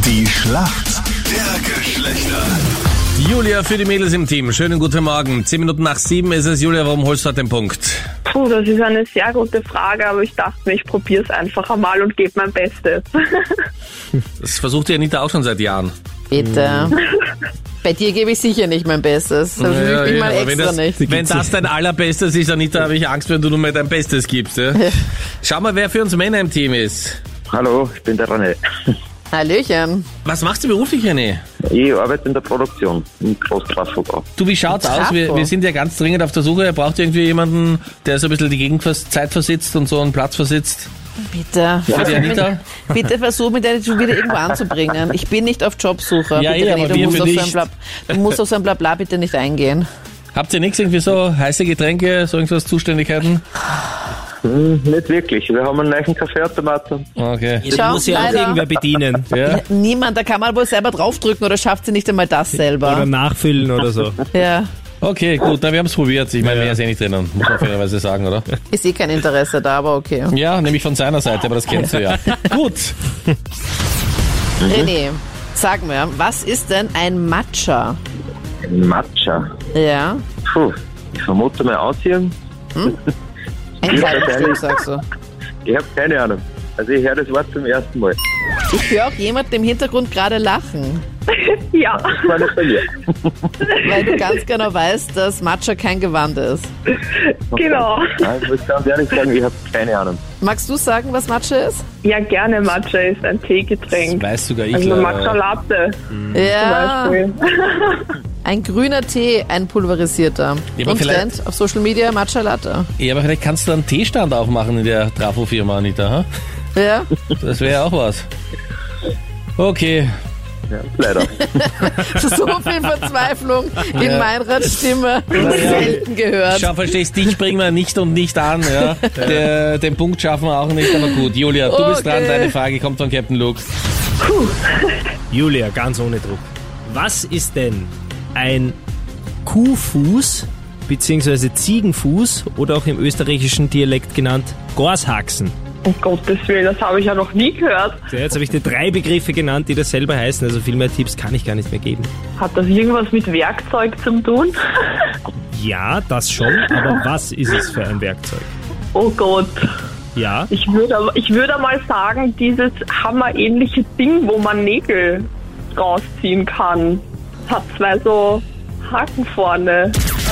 Die Schlacht der Geschlechter. Julia für die Mädels im Team. Schönen guten Morgen. 10 Minuten nach 7 ist es. Julia, warum holst du heute den Punkt? Puh, das ist eine sehr gute Frage, aber ich dachte mir, ich probiere es einfach einmal und gebe mein Bestes. Das versucht die Anita auch schon seit Jahren. Bitte. Bei dir gebe ich sicher nicht mein Bestes. Das will ich mal aber extra nicht. Wenn das dein allerbestes ist, Anita, habe ich Angst, wenn du nur mehr dein Bestes gibst. Ja? Schau mal, wer für uns Männer im Team ist. Hallo, ich bin der René. Hallöchen. Was machst du beruflich, René? Ich arbeite in der Produktion im Großtrafobau. Du, wie schaut's aus? Trafo. Wir sind ja ganz dringend auf der Suche. Er braucht irgendwie jemanden, der so ein bisschen die Gegenzeit versitzt und so einen Platz versitzt. Bitte. Für die Anita? Bitte versuch mich da schon wieder irgendwo anzubringen. Ich bin nicht auf Jobsuche. Ja, bitte, aber René, wir für nicht. Du musst auf so ein Blabla bitte nicht eingehen. Habt ihr nichts, irgendwie so heiße Getränke, so irgendwas, Zuständigkeiten? Nicht wirklich. Wir haben einen neuen Kaffeeautomaten. Okay. Ja, da muss ja auch leider. irgendwer bedienen. Ja. Niemand, da kann man wohl selber draufdrücken oder schafft sie nicht einmal das selber. Oder nachfüllen oder so. Ja, Okay, gut, na, wir haben es probiert. Ich meine, mehr ist eh nicht drinnen, muss man fairerweise sagen, oder? ist eh kein Interesse da, aber okay. Ja, nämlich von seiner Seite, aber das kennst du ja. Gut. René, sag mir, was ist denn ein Matcha? Matcha. Ja, Puh, ich vermute mal Anziehung. ein Kleidungsstück, sagst du. Ich habe keine Ahnung. Also ich höre das Wort zum ersten Mal. Ich höre auch jemanden im Hintergrund gerade lachen, Ja, Das war nicht bei mir. weil du ganz genau weißt, dass Matcha kein Gewand ist. genau. Nein, ich muss ganz ehrlich sagen, ich habe keine Ahnung. Magst du sagen, was Matcha ist? Ja, gerne. Matcha ist ein Das Teegetränk. weiß sogar ich. Also Matcha Latte Ja, zum Beispiel. ein grüner Tee, ein pulverisierter. Ja, aber Und vielleicht- Trend auf Social Media Matcha Latte. Ja, aber vielleicht kannst du einen Teestand aufmachen in der Trafo-Firma, Anita. Ha? Ja, Das wäre ja auch was. Okay. Ja, leider. so viel Verzweiflung in Meinrads Stimme. Selten gehört. Schau, verstehst, dich bringen wir nicht und nicht an. Ja? Den Punkt schaffen wir auch nicht, aber gut. Julia, du bist Okay. dran. Deine Frage kommt von Captain Luke. Julia, ganz ohne Druck. Was ist denn ein Kuhfuß bzw. Ziegenfuß oder auch im österreichischen Dialekt genannt Gorshaxen? Um Gottes Willen, das habe ich ja noch nie gehört. So, jetzt habe ich dir 3 Begriffe genannt, die dasselbe heißen, also viel mehr Tipps kann ich gar nicht mehr geben. Hat das irgendwas mit Werkzeug zu tun? Ja, das schon, aber was ist es für ein Werkzeug? Oh Gott. Ja, Ich würde mal sagen, dieses hammerähnliche Ding, wo man Nägel rausziehen kann. Hat 2 so Haken vorne.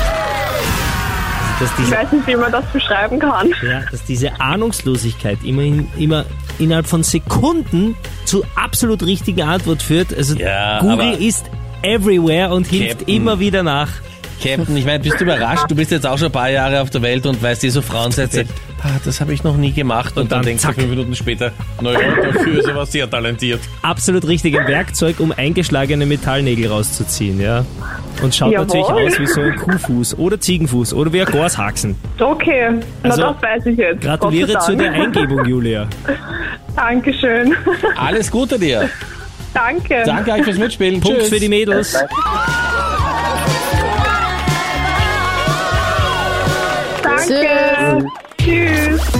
dass Ich weiß nicht, wie man das beschreiben kann. dass diese Ahnungslosigkeit immer innerhalb von Sekunden zur absolut richtigen Antwort führt. Also Ja, Google aber- ist everywhere und hilft Captain. immer wieder nach. Captain, ich meine, bist du überrascht? Du bist jetzt auch schon ein paar Jahre auf der Welt und weißt, so Frauensätze, das habe ich noch nie gemacht. Und dann dann denkst du zack. 5 Minuten später, naja, dafür ist er was sehr talentiert. Absolut richtig, ein Werkzeug, um eingeschlagene Metallnägel rauszuziehen, ja. Und schaut Jawohl. natürlich aus wie so ein Kuhfuß oder Ziegenfuß oder wie ein Gorshaxen. Okay, Also, na das weiß ich jetzt. Gratuliere Gott sei zu der Dank. Eingebung, Julia. Dankeschön. Alles Gute dir. Danke. Danke euch fürs Mitspielen. Punkt Tschüss. für die Mädels. Danke. Tschüss.